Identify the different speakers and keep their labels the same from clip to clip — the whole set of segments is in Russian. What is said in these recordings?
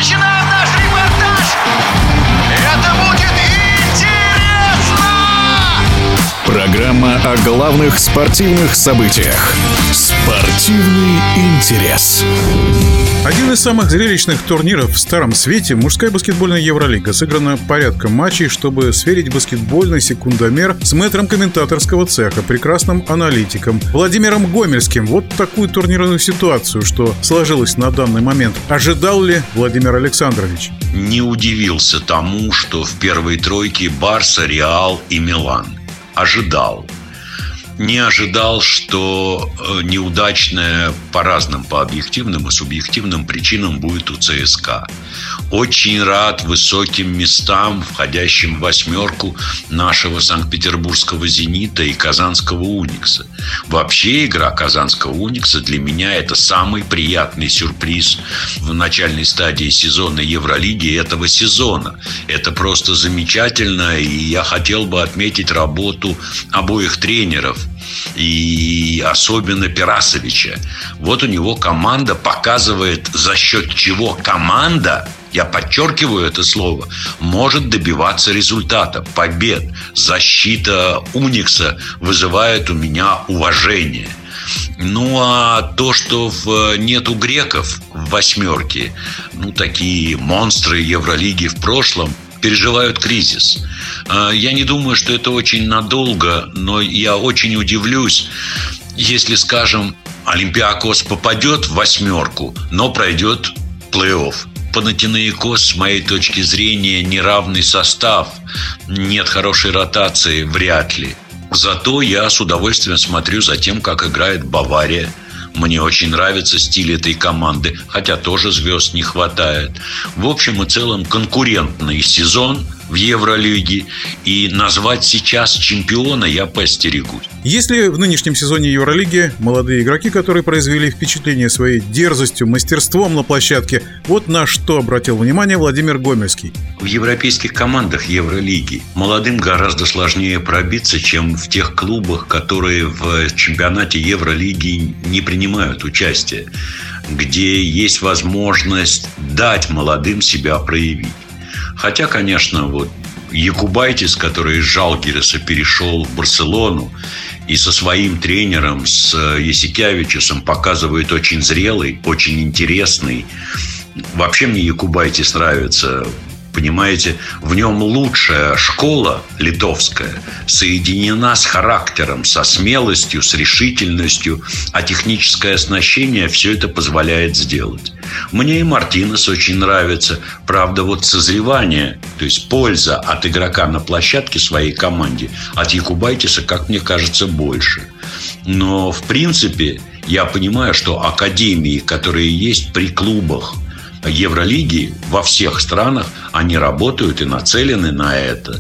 Speaker 1: начинаем наш репортаж. Это будет интересно!
Speaker 2: Программа о главных спортивных событиях. Спортивный интерес.
Speaker 3: Один из самых зрелищных турниров в Старом Свете – мужская баскетбольная Евролига. Сыграно порядком матчей, чтобы сверить баскетбольный секундомер с мэтром комментаторского цеха, прекрасным аналитиком Владимиром Гомельским. Вот такую турнирную ситуацию, что сложилось на данный момент. Ожидал ли Владимир Александрович?
Speaker 4: Не удивился тому, что в первой тройке Барса, Реал и Милан. Ожидал. Не ожидал, что неудачная по разным, по объективным и субъективным причинам будет у ЦСКА. Очень рад высоким местам, входящим в восьмерку нашего санкт-петербургского «Зенита» и казанского «Уникса». Вообще игра казанского «Уникса» для меня это самый приятный сюрприз в начальной стадии сезона Евролиги этого сезона. Это просто замечательно, и я хотел бы отметить работу обоих тренеров. И особенно Перасовича. Вот у него команда показывает, за счет чего команда, я подчеркиваю это слово, может добиваться результата, побед. Защита Уникса вызывает у меня уважение. Ну, а то, что нету греков в восьмерке, такие монстры Евролиги в прошлом, переживают кризис. Я не думаю, что это очень надолго, но я очень удивлюсь, если, скажем, Олимпиакос попадет в восьмерку, но пройдет плей-офф. Панатинаикос, с моей точки зрения, неравный состав, нет хорошей ротации, вряд ли. Зато я с удовольствием смотрю за тем, как играет Бавария. Мне очень нравится стиль этой команды, хотя тоже звезд не хватает. В общем и целом конкурентный сезон в Евролиге, и назвать сейчас чемпиона я поостерегусь.
Speaker 3: Есть ли в нынешнем сезоне Евролиги молодые игроки, которые произвели впечатление своей дерзостью, мастерством на площадке? Вот на что обратил внимание Владимир Гомельский.
Speaker 4: В европейских командах Евролиги молодым гораздо сложнее пробиться, чем в тех клубах, которые в чемпионате Евролиги не принимают участие, где есть возможность дать молодым себя проявить. Хотя, конечно, Якубайтис, который из Žalgiris'а перешел в Барселону и со своим тренером, с Ясикевичусом, показывает очень зрелый, очень интересный. Вообще мне Якубайтис нравится. Понимаете, в нем лучшая школа литовская соединена с характером, со смелостью, с решительностью, а техническое оснащение все это позволяет сделать. Мне и Мартинес очень нравится. Правда, созревание, то есть польза от игрока на площадке своей команде от Якубайтиса, как мне кажется, больше. Но, в принципе, я понимаю, что академии, которые есть при клубах Евролиги во всех странах, они работают и нацелены на это.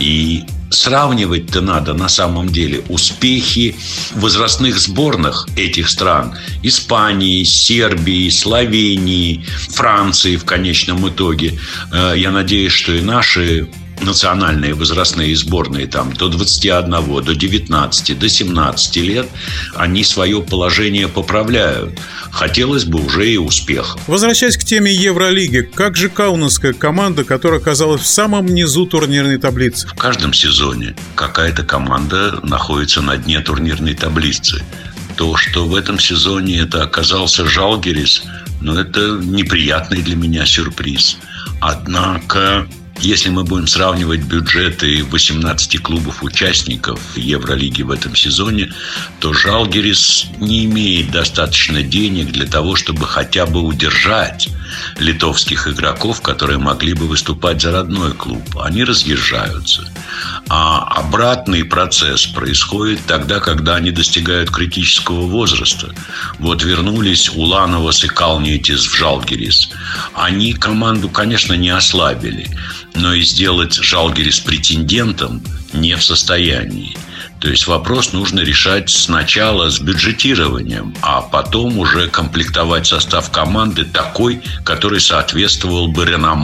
Speaker 4: И сравнивать-то надо на самом деле успехи возрастных сборных этих стран: Испании, Сербии, Словении, Франции в конечном итоге. Я надеюсь, что и наши национальные возрастные сборные там до 21, до 19, до 17 лет, они свое положение поправляют. Хотелось бы уже и успехов.
Speaker 3: Возвращаясь к теме Евролиги, как же каунасская команда, которая оказалась в самом низу турнирной таблицы?
Speaker 4: В каждом сезоне какая-то команда находится на дне турнирной таблицы. То, что в этом сезоне это оказался Žalgiris, это неприятный для меня сюрприз. Однако, если мы будем сравнивать бюджеты 18 клубов-участников Евролиги в этом сезоне, то Žalgiris не имеет достаточно денег для того, чтобы хотя бы удержать литовских игроков, которые могли бы выступать за родной клуб. Они разъезжаются. А обратный процесс происходит тогда, когда они достигают критического возраста. Вернулись Ulanovas и Kalnietis в Žalgiris. Они команду, конечно, не ослабили, но и сделать Žalgiris претендентом не в состоянии. То есть вопрос нужно решать сначала с бюджетированием, а потом уже комплектовать состав команды такой, который соответствовал бы реноме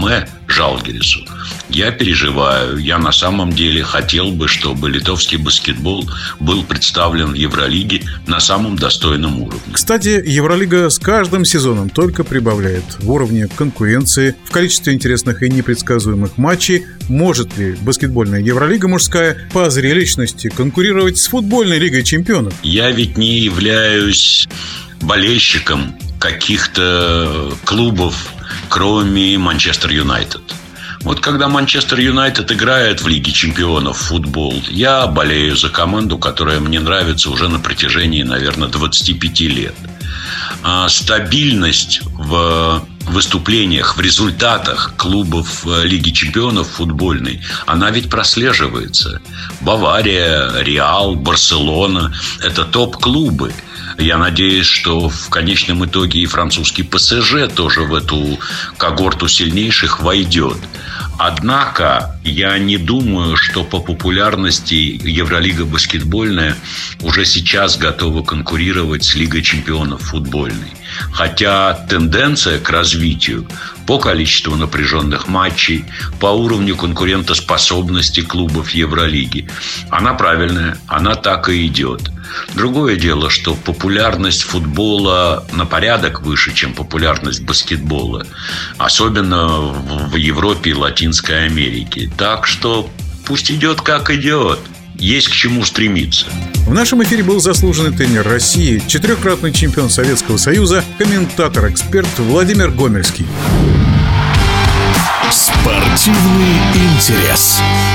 Speaker 4: Žalgirisу. Я переживаю. Я на самом деле хотел бы, чтобы литовский баскетбол был представлен в Евролиге на самом достойном уровне.
Speaker 3: Кстати, Евролига с каждым сезоном только прибавляет в уровне конкуренции, в количестве интересных и непредсказуемых матчей. Может ли баскетбольная Евролига мужская по зрелищности конкурировать с футбольной Лигой чемпионов?
Speaker 4: Я ведь не являюсь болельщиком каких-то клубов, кроме Манчестер Юнайтед. Вот когда Манчестер Юнайтед играет в Лиге чемпионов в футбол, я болею за команду, которая мне нравится уже на протяжении, наверное, 25 лет. А стабильность в выступлениях, в результатах клубов Лиги чемпионов футбольной, она ведь прослеживается. Бавария, Реал, Барселона – это топ-клубы. Я надеюсь, что в конечном итоге и французский ПСЖ тоже в эту когорту сильнейших войдет. Однако я не думаю, что по популярности Евролига баскетбольная уже сейчас готова конкурировать с Лигой чемпионов футбольной. Хотя тенденция к развитию по количеству напряженных матчей, по уровню конкурентоспособности клубов Евролиги, она правильная, она так и идет. Другое дело, что популярность футбола на порядок выше, чем популярность баскетбола. Особенно в Европе и Латинской Америке. Так что пусть идет как идет. Есть к чему стремиться.
Speaker 3: В нашем эфире был заслуженный тренер России, 4-кратный чемпион Советского Союза, комментатор-эксперт Владимир Гомельский.
Speaker 2: Спортивный интерес.